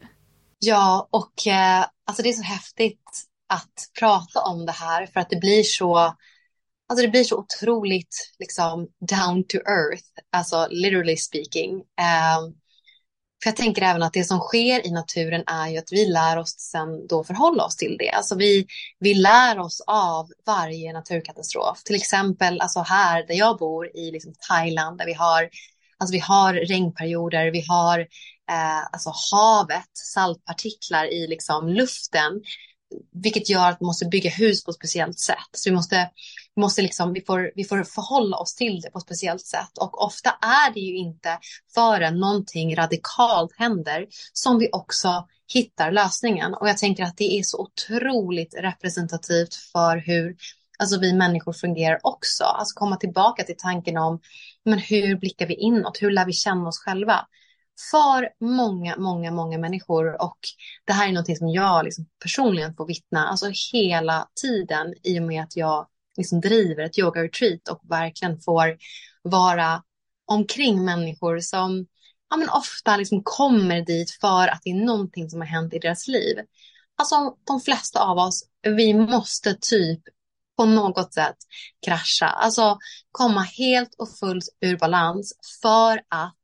Ja, och eh, alltså det är så häftigt att prata om det här för att det blir så, alltså det blir så otroligt liksom down to earth, alltså literally speaking. Um, För jag tänker även att det som sker i naturen är ju att vi lär oss sen då förhålla oss till det. Alltså vi, vi lär oss av varje naturkatastrof. Till exempel alltså här där jag bor i liksom Thailand där vi har, alltså vi har regnperioder, vi har eh, alltså havet, saltpartiklar i liksom luften. Vilket gör att man måste bygga hus på ett speciellt sätt. Så vi måste, vi måste liksom, vi får, vi får förhålla oss till det på ett speciellt sätt. Och ofta är det ju inte förrän någonting radikalt händer som vi också hittar lösningen. Och jag tänker att det är så otroligt representativt för hur alltså vi människor fungerar också. Alltså komma tillbaka till tanken om men hur blickar vi inåt, hur lär vi känna oss själva. För många, många, många människor och det här är något som jag liksom personligen får vittna alltså hela tiden i och med att jag liksom driver ett yoga-retreat och verkligen får vara omkring människor som ja, men ofta liksom kommer dit för att det är någonting som har hänt i deras liv. Alltså de flesta av oss, vi måste typ på något sätt krascha. Alltså komma helt och fullt ur balans för att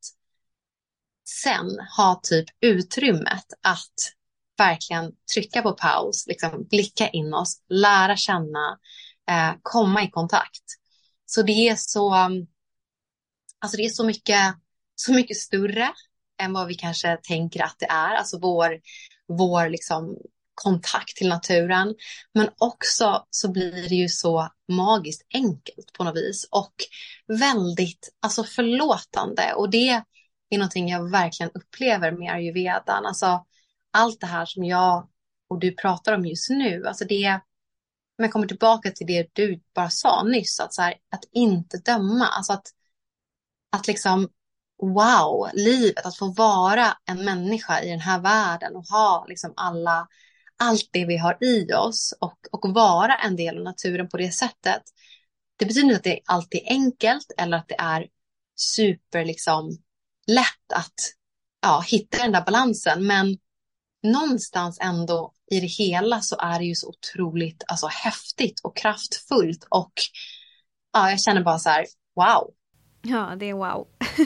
sen ha typ utrymmet att verkligen trycka på paus, liksom blicka in oss, lära känna, eh, komma i kontakt. Så det är så, alltså det är så mycket, så mycket större än vad vi kanske tänker att det är. Alltså vår, vår liksom kontakt till naturen. Men också så blir det ju så magiskt enkelt på något vis och väldigt alltså förlåtande och det är någonting jag verkligen upplever med ayurvedan. Alltså allt det här som jag och du pratar om just nu. Alltså det, om jag kommer tillbaka till det du bara sa nyss. Att, så här, att inte döma. Alltså att, att liksom, wow, livet. Att få vara en människa i den här världen. Och ha liksom alla, allt det vi har i oss. Och, och vara en del av naturen på det sättet. Det betyder inte att det alltid är enkelt. Eller att det är super liksom lätt att ja, hitta den där balansen. Men någonstans ändå i det hela så är det ju så otroligt alltså, häftigt och kraftfullt. Och ja, jag känner bara så här, wow. Ja, det är wow.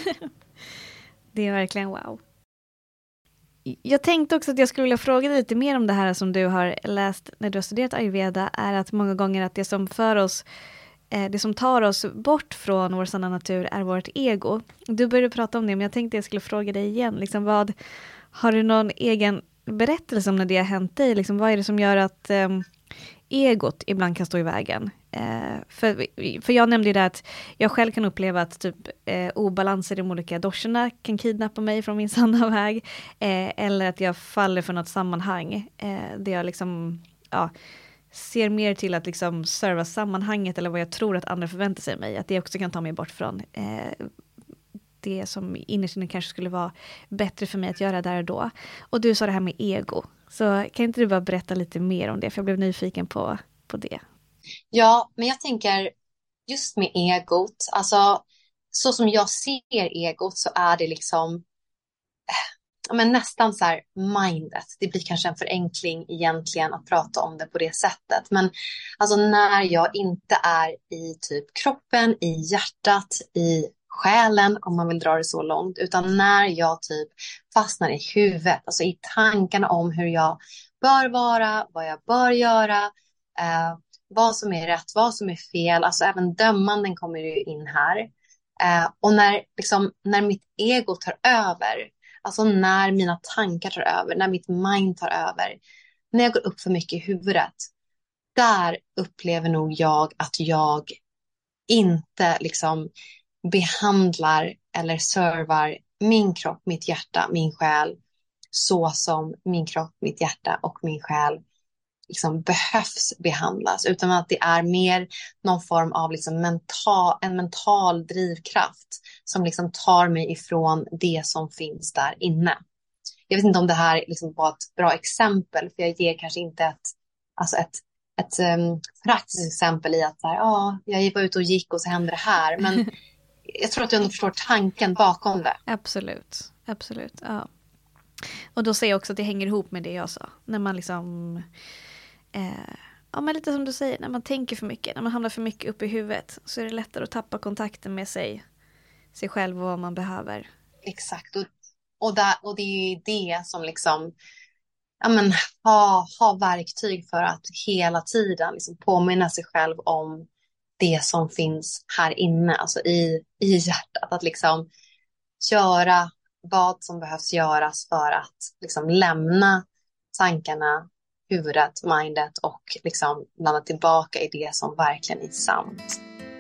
Det är verkligen wow. Jag tänkte också att jag skulle vilja fråga dig lite mer om det här som du har läst när du har studerat ayurveda. Är att många gånger att det som för oss det som tar oss bort från vår sanna natur är vårt ego. Du började prata om det, men jag tänkte jag skulle fråga dig igen. Liksom vad, har du någon egen berättelse om när det har hänt dig? Liksom, vad är det som gör att eh, egot ibland kan stå i vägen? Eh, för, för jag nämnde ju det att jag själv kan uppleva att typ, eh, obalanser i de olika doscherna kan kidnappa mig från min sanna väg. Eh, eller att jag faller för något sammanhang. Eh, där jag liksom... ja ser mer till att liksom serva sammanhanget eller vad jag tror att andra förväntar sig av mig. Att det också kan ta mig bort från eh, det som innerst inne kanske skulle vara bättre för mig att göra där och då. Och du sa det här med ego. Så kan inte du bara berätta lite mer om det? För jag blev nyfiken på, på det. Ja, men jag tänker just med egot. Alltså så som jag ser egot så är det liksom ja, men nästan så här mindet. Det blir kanske en förenkling egentligen att prata om det på det sättet. Men alltså när jag inte är i typ kroppen, i hjärtat, i själen, om man vill dra det så långt, utan när jag typ fastnar i huvudet, alltså i tankarna om hur jag bör vara, vad jag bör göra, eh, vad som är rätt, vad som är fel, alltså även dömanden kommer ju in här. Eh, och när, liksom, när mitt ego tar över, alltså när mina tankar tar över, när mitt mind tar över, när jag går upp för mycket i huvudet, där upplever nog jag att jag inte liksom behandlar eller servar min kropp, mitt hjärta, min själ så som min kropp, mitt hjärta och min själ liksom behövs behandlas, utan att det är mer någon form av liksom mental, en mental drivkraft som liksom tar mig ifrån det som finns där inne. Jag vet inte om det här liksom var ett bra exempel, för jag ger kanske inte ett, alltså ett, ett um, praktiskt exempel i att så här, ah, jag var ute och gick och så hände det här, men jag tror att du ändå förstår tanken bakom det. Absolut, absolut, ja. Och då ser jag också att det hänger ihop med det jag sa. När man liksom, eh, ja men lite som du säger, när man tänker för mycket, när man hamnar för mycket upp i huvudet, så är det lättare att tappa kontakten med sig, sig själv och vad man behöver. Exakt, och, och, där, och det är ju det som liksom, ja men ha, ha verktyg för att hela tiden liksom påminna sig själv om det som finns här inne, alltså i, i hjärtat, att liksom göra vad som behövs göras för att liksom lämna tankarna, huvudet, mindet och liksom landa tillbaka i det som verkligen är sant.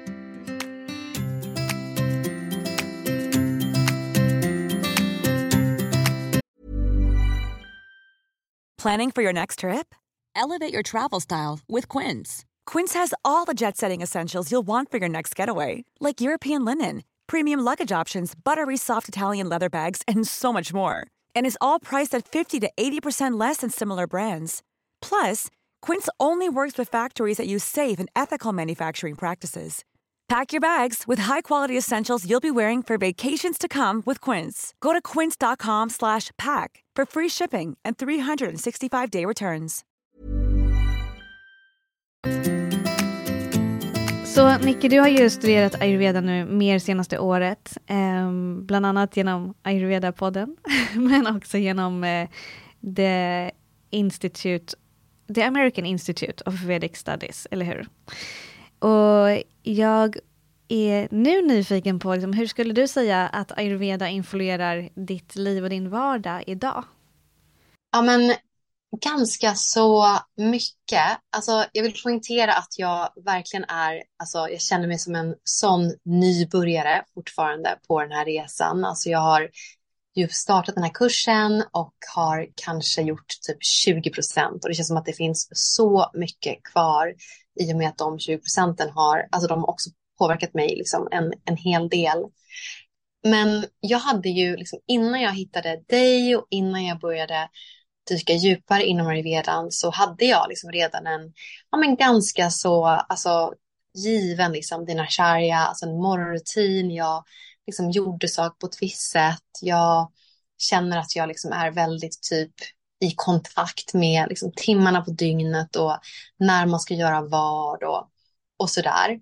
Planning for your next trip? Elevate your travel style with Quince. Quince has all the jet-setting essentials you'll want for your next getaway, like European linen, premium luggage options, buttery soft Italian leather bags, and so much more. And is all priced at fifty to eighty percent less than similar brands. Plus, Quince only works with factories that use safe and ethical manufacturing practices. Pack your bags with high-quality essentials you'll be wearing for vacations to come with Quince. Go to quince.com slash pack for free shipping and three sixty-five day returns. Så Nicky, du har ju studerat ayurveda nu mer senaste året, eh, bland annat genom Ayurveda-podden, men också genom eh, The Institute, The American Institute of Vedic Studies, eller hur? Och jag är nu nyfiken på, liksom, hur skulle du säga att ayurveda influerar ditt liv och din vardag idag? Ja, men ganska så mycket. Alltså, jag vill poängtera att jag verkligen är, alltså, jag känner mig som en sån nybörjare fortfarande på den här resan. Alltså, jag har ju startat den här kursen och har kanske gjort typ tjugo procent. Och det känns som att det finns så mycket kvar i och med att de tjugo procenten har, alltså de har också påverkat mig liksom en, en hel del. Men jag hade ju liksom, innan jag hittade dig och innan jag började dyka djupare inom ayurvedan, så hade jag liksom redan en, ja men ganska så, alltså given liksom dinacharya, alltså en morgonrutin. Jag liksom gjorde saker på ett visst sätt. Jag känner att jag liksom är väldigt typ i kontakt med liksom timmarna på dygnet och när man ska göra vad och, och sådär.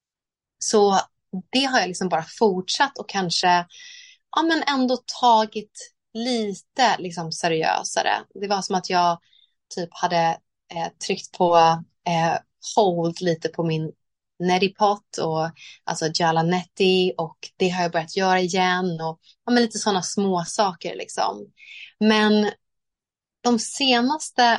Så det har jag liksom bara fortsatt och kanske, ja men ändå tagit lite liksom seriösare. Det var som att jag typ hade eh, tryckt på eh, hold lite på min neti-pot och alltså jala neti, och det har jag börjat göra igen och ja, men lite sådana små saker liksom. Men de senaste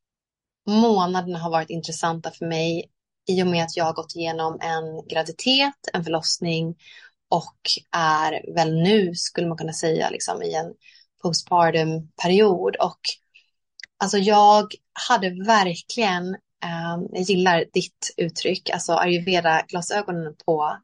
månaderna har varit intressanta för mig i och med att jag har gått igenom en graviditet, en förlossning och är väl nu, skulle man kunna säga, liksom i en postpartum period. Och alltså jag hade verkligen, eh, jag gillar ditt uttryck, alltså ayurveda-glasögonen på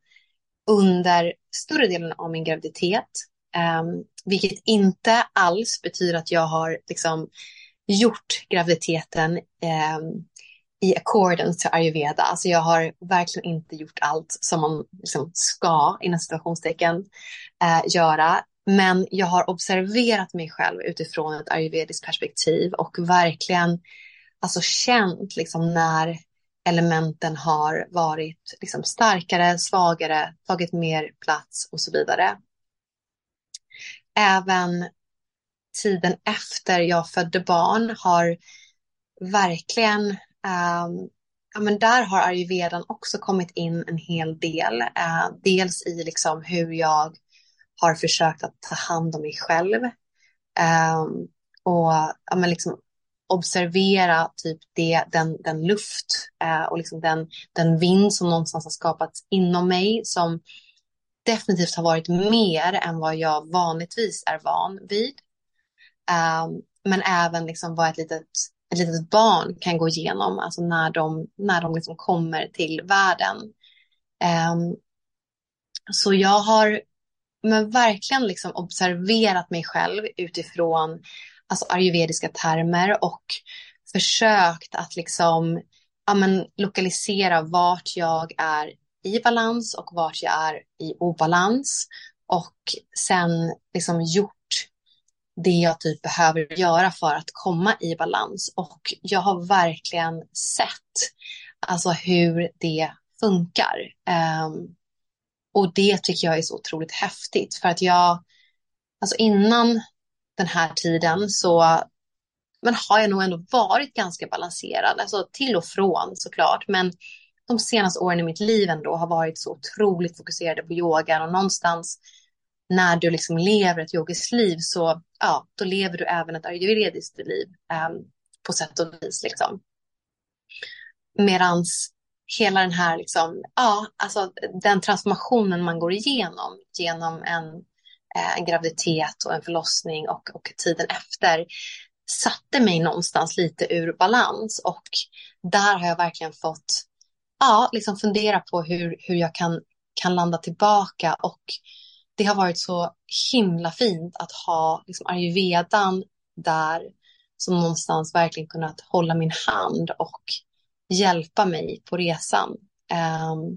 under större delen av min graviditet. Eh, vilket inte alls betyder att jag har liksom gjort graviditeten eh, i accordance till ayurveda. Alltså jag har verkligen inte gjort allt som man liksom ska, inom situationstecken, eh, göra. Men jag har observerat mig själv utifrån ett ayurvediskt perspektiv och verkligen alltså känt liksom när elementen har varit liksom starkare, svagare, tagit mer plats och så vidare. Även tiden efter jag födde barn har verkligen, um, ja, men där har ayurvedan också kommit in en hel del. Uh, dels i liksom hur jag har försökt att ta hand om mig själv um, och ja, men liksom observera typ det, den, den luft uh, och liksom den, den vind som någonstans har skapats inom mig som definitivt har varit mer än vad jag vanligtvis är van vid. Um, men även liksom vad ett litet, ett litet barn kan gå igenom alltså när de, när de liksom kommer till världen. Um, så jag har men verkligen liksom observerat mig själv utifrån alltså ayurvediska termer och försökt att liksom, ja, men lokalisera vart jag är i balans och vart jag är i obalans och sen liksom gjort det jag typ behöver göra för att komma i balans. Och jag har verkligen sett alltså hur det funkar. Um, och det tycker jag är så otroligt häftigt. För att jag, alltså innan den här tiden så men har jag nog ändå varit ganska balanserad. Alltså till och från såklart. Men de senaste åren i mitt liv ändå har varit så otroligt fokuserade på yogan. Och någonstans när du liksom lever ett yogiskt liv så ja, då lever du även ett ayurvediskt liv um, på sätt och vis liksom. Medans hela den här liksom, ja, alltså den transformationen man går igenom genom en, eh, en graviditet och en förlossning och, och tiden efter satte mig någonstans lite ur balans och där har jag verkligen fått ja, liksom fundera på hur, hur jag kan, kan landa tillbaka och det har varit så himla fint att ha liksom ayurvedan där som någonstans verkligen kunnat hålla min hand och hjälpa mig på resan. Um,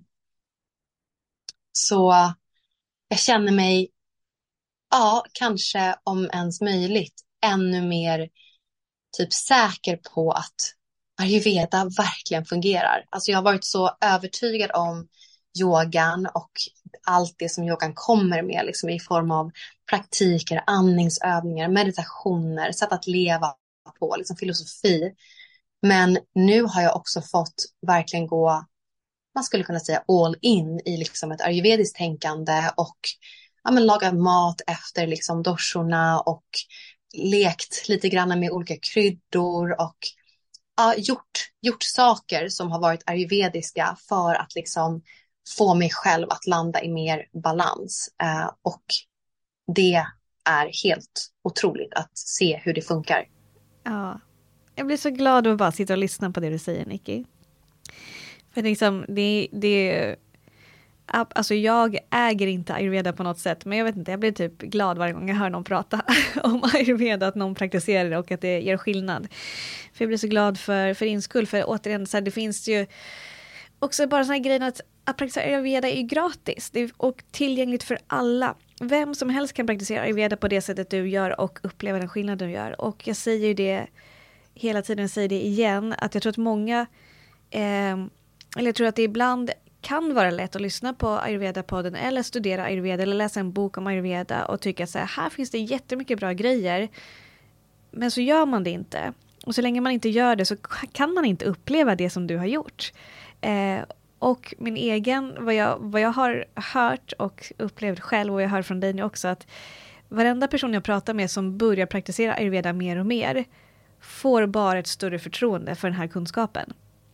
så jag känner mig, ja, kanske om ens möjligt, ännu mer typ säker på att ayurveda verkligen fungerar. Alltså jag har varit så övertygad om yogan och allt det som yogan kommer med liksom i form av praktiker, andningsövningar, meditationer, sätt att leva på, liksom filosofi. Men nu har jag också fått verkligen gå, man skulle kunna säga all in i liksom ett ayurvediskt tänkande och ja, men laga mat efter liksom doshorna och lekt lite grann med olika kryddor och ja, gjort, gjort saker som har varit ayurvediska för att liksom få mig själv att landa i mer balans. Uh, och det är helt otroligt att se hur det funkar. Ja, jag blir så glad att bara sitta och lyssna på det du säger, Nicky. För liksom, det, det, alltså jag äger inte ayurveda på något sätt, men jag vet inte, jag blir typ glad varje gång jag hör någon prata om ayurveda, att någon praktiserar det och att det gör skillnad. För jag blir så glad för, för din skull, för återigen, så här, det finns ju också bara sån här grejen att, att praktisera ayurveda är ju gratis det är, och tillgängligt för alla. Vem som helst kan praktisera ayurveda på det sättet du gör och uppleva den skillnad du gör. Och jag säger ju det hela tiden, säger det igen, att jag tror att många, eh, eller jag tror att det ibland kan vara lätt att lyssna på Ayurveda-podden eller studera ayurveda eller läsa en bok om ayurveda och tycka så här, här finns det jättemycket bra grejer. Men så gör man det inte. Och så länge man inte gör det så kan man inte uppleva det som du har gjort. Eh, och min egen, vad jag, vad jag har hört och upplevt själv, och jag hör från dig nu också, att varenda person jag pratar med som börjar praktisera ayurveda mer och mer får bara ett större förtroende för den här kunskapen.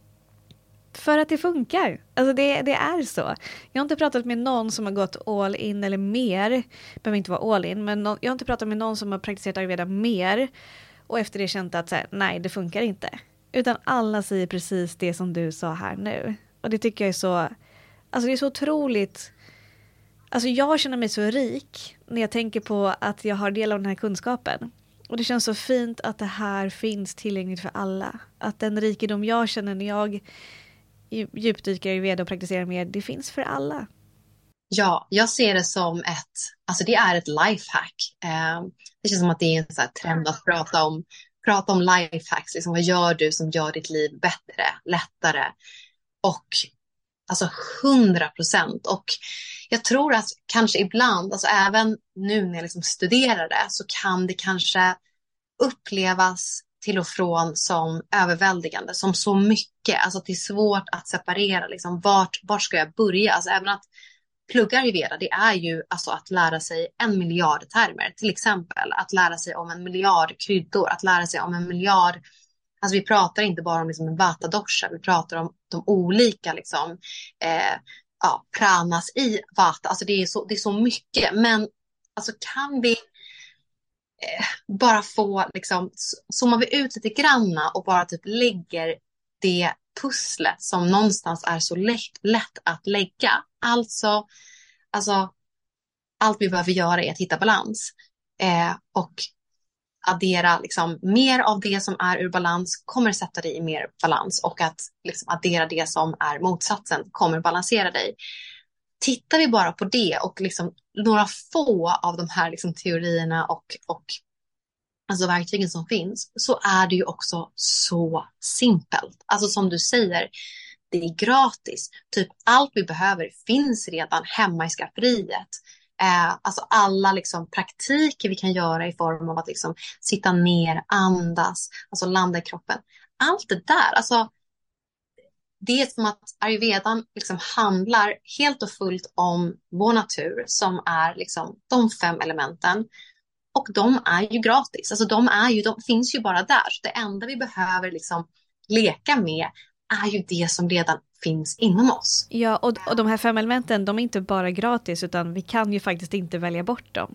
För att det funkar. Alltså det, det är så. Jag har inte pratat med någon som har gått all in eller mer. Behöver inte vara all in. Men no, jag har inte pratat med någon som har praktiserat ayurveda mer. Och efter det känt att så här, nej, det funkar inte. Utan alla säger precis det som du sa här nu. Och det tycker jag är så... Alltså det är så otroligt... Alltså jag känner mig så rik när jag tänker på att jag har del av den här kunskapen. Och det känns så fint att det här finns tillgängligt för alla. Att den rikedom jag känner när jag djupdyker i ayurveda och praktiserar mer, det finns för alla. Ja, jag ser det som ett, alltså det är ett lifehack. Eh, det känns som att det är en så här trend att prata om, prata om lifehacks. Liksom, vad gör du som gör ditt liv bättre, lättare? Och alltså hundra procent. Och jag tror att kanske ibland, alltså även nu när jag liksom studerar det, så kan det kanske upplevas till och från som överväldigande, som så mycket. Alltså att det är svårt att separera, liksom, vart, vart ska jag börja? Alltså även att plugga Ayurveda, det är ju alltså att lära sig en miljard termer. Till exempel att lära sig om en miljard kryddor, att lära sig om en miljard. Alltså vi pratar inte bara om liksom en vata dosha, vi pratar om de olika liksom, eh, ja, pranas i vata. Alltså det är så, det är så mycket. Men alltså kan vi eh, bara få, liksom, zoomar vi ut lite granna och bara typ lägger det pusslet som någonstans är så lätt, lätt att lägga. Alltså, alltså allt vi behöver göra är att hitta balans. Eh, och addera liksom mer av det som är ur balans kommer sätta dig i mer balans, och att liksom addera det som är motsatsen kommer balansera dig. Tittar vi bara på det och liksom några få av de här liksom teorierna och, och alltså verktygen som finns, så är det ju också så simpelt. Alltså som du säger, det är gratis. Typ allt vi behöver finns redan hemma i skafferiet. Eh, alltså alla liksom praktiker vi kan göra i form av att liksom sitta ner, andas, alltså landa i kroppen. Allt det där, alltså det är som att ayurvedan liksom handlar helt och fullt om vår natur, som är liksom de fem elementen. Och de är ju gratis, alltså de, är ju, de finns ju bara där. Så det enda vi behöver liksom leka med är ju det som redan finns inom oss. Ja, och, och de här fem elementen, de är inte bara gratis, utan vi kan ju faktiskt inte välja bort dem.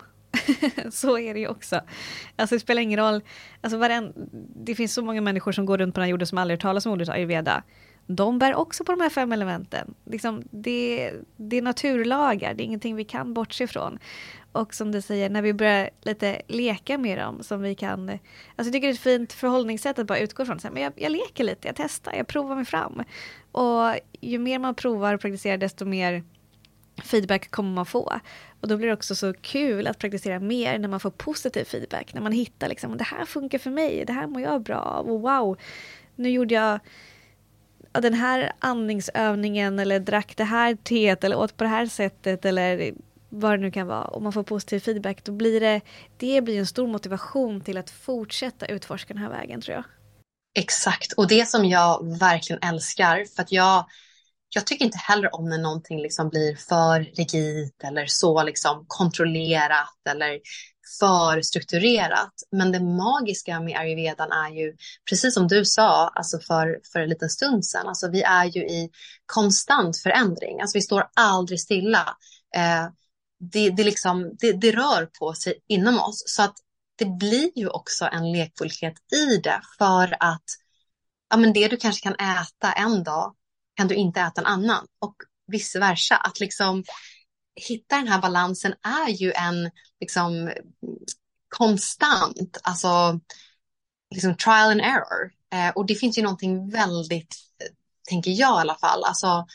Så är det ju också. Alltså det spelar ingen roll. Alltså varen, det finns så många människor som går runt på den här jorden som aldrig talas om ordet ayurveda. De bär också på de här fem elementen. Liksom, det, det är naturlagar, det är ingenting vi kan bortse ifrån. Och som du säger, när vi börjar lite leka med dem, som vi kan... Alltså jag tycker det är ett fint förhållningssätt att bara utgå från. Så här, men jag, jag leker lite, jag testar, jag provar mig fram. Och ju mer man provar och praktiserar, desto mer feedback kommer man få. Och då blir det också så kul att praktisera mer när man får positiv feedback. När man hittar liksom, det här funkar för mig, det här mår jag bra av. Och wow, nu gjorde jag den här andningsövningen, eller drack det här teet, eller åt på det här sättet, eller vad det nu kan vara. Om man får positiv feedback, då blir det, det blir en stor motivation till att fortsätta utforska den här vägen, tror jag. Exakt, och det som jag verkligen älskar, för att jag, jag tycker inte heller om när någonting liksom blir för rigid eller så liksom kontrollerat eller för strukturerat. Men det magiska med ayurvedan är ju, precis som du sa alltså för, för en liten stund sedan, alltså vi är ju i konstant förändring. Alltså vi står aldrig stilla. Eh, det, det, liksom, det, det rör på sig inom oss. Så att det blir ju också en lekfullhet i det, för att ja, men det du kanske kan äta en dag kan du inte äta en annan, och vice versa. Att liksom hitta den här balansen är ju en liksom konstant, alltså liksom trial and error. Eh, och det finns ju någonting väldigt, tänker jag i alla fall, alltså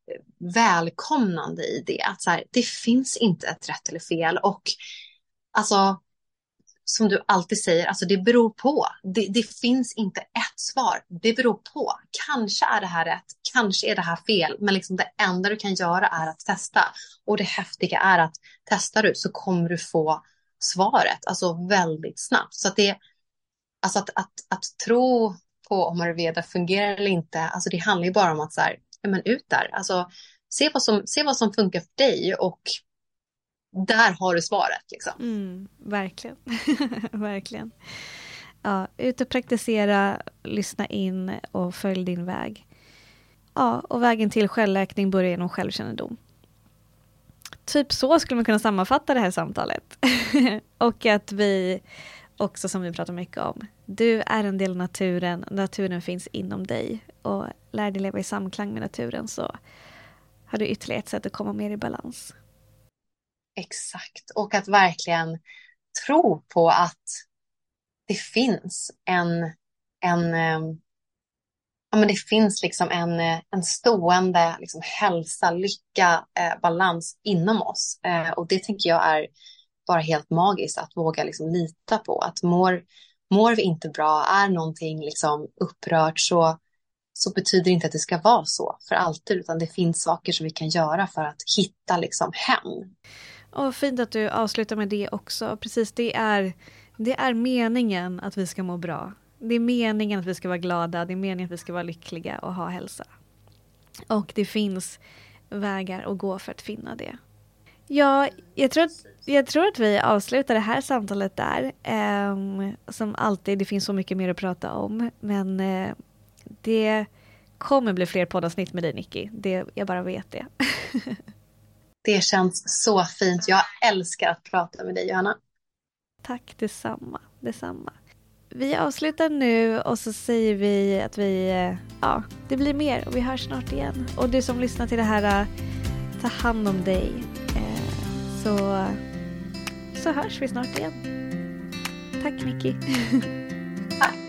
välkomnande i det. Att så här, det finns inte ett rätt eller fel, och alltså som du alltid säger, alltså det beror på. Det, det finns inte ett svar. Det beror på. Kanske är det här rätt, kanske är det här fel. Men liksom det enda du kan göra är att testa. Och det häftiga är att testar du så kommer du få svaret. Alltså väldigt snabbt. Så att det, alltså att, att, att tro på om ayurveda fungerar eller inte. Alltså det handlar ju bara om att så här, ja, men ut där. Alltså se vad som, se vad som funkar för dig, och där har du svaret liksom. Mm, verkligen. Verkligen. Ja, ut och praktisera, lyssna in och följ din väg. Ja, och vägen till självläkning börjar genom självkännedom. Typ så skulle man kunna sammanfatta det här samtalet. Och att vi också, som vi pratar mycket om, du är en del av naturen, naturen finns inom dig, och lär dig leva i samklang med naturen, så har du ytterligare ett sätt att komma mer i balans. Exakt, och att verkligen tro på att det finns en, en, ja, men det finns liksom en, en stående liksom hälsa, lycka, eh, balans inom oss. Eh, och det tänker jag är bara helt magiskt att våga liksom lita på. Att mår, mår vi inte bra, är någonting liksom upprört, så, så betyder det inte att det ska vara så för alltid. Utan det finns saker som vi kan göra för att hitta liksom hem. Och fint att du avslutar med det också. Precis, det är, det är meningen att vi ska må bra. Det är meningen att vi ska vara glada. Det är meningen att vi ska vara lyckliga och ha hälsa. Och det finns vägar att gå för att finna det. Ja, jag tror att, jag tror att vi avslutar det här samtalet där. Um, som alltid, det finns så mycket mer att prata om. Men uh, det kommer bli fler poddavsnitt med dig, Nicky. Det, jag bara vet det. Det känns så fint. Jag älskar att prata med dig, Johanna. Tack, detsamma. detsamma. Vi avslutar nu och så säger vi att vi, ja, det blir mer och vi hörs snart igen. Och du som lyssnar till det här, ta hand om dig. Så, så hörs vi snart igen. Tack, Nicky. Tack.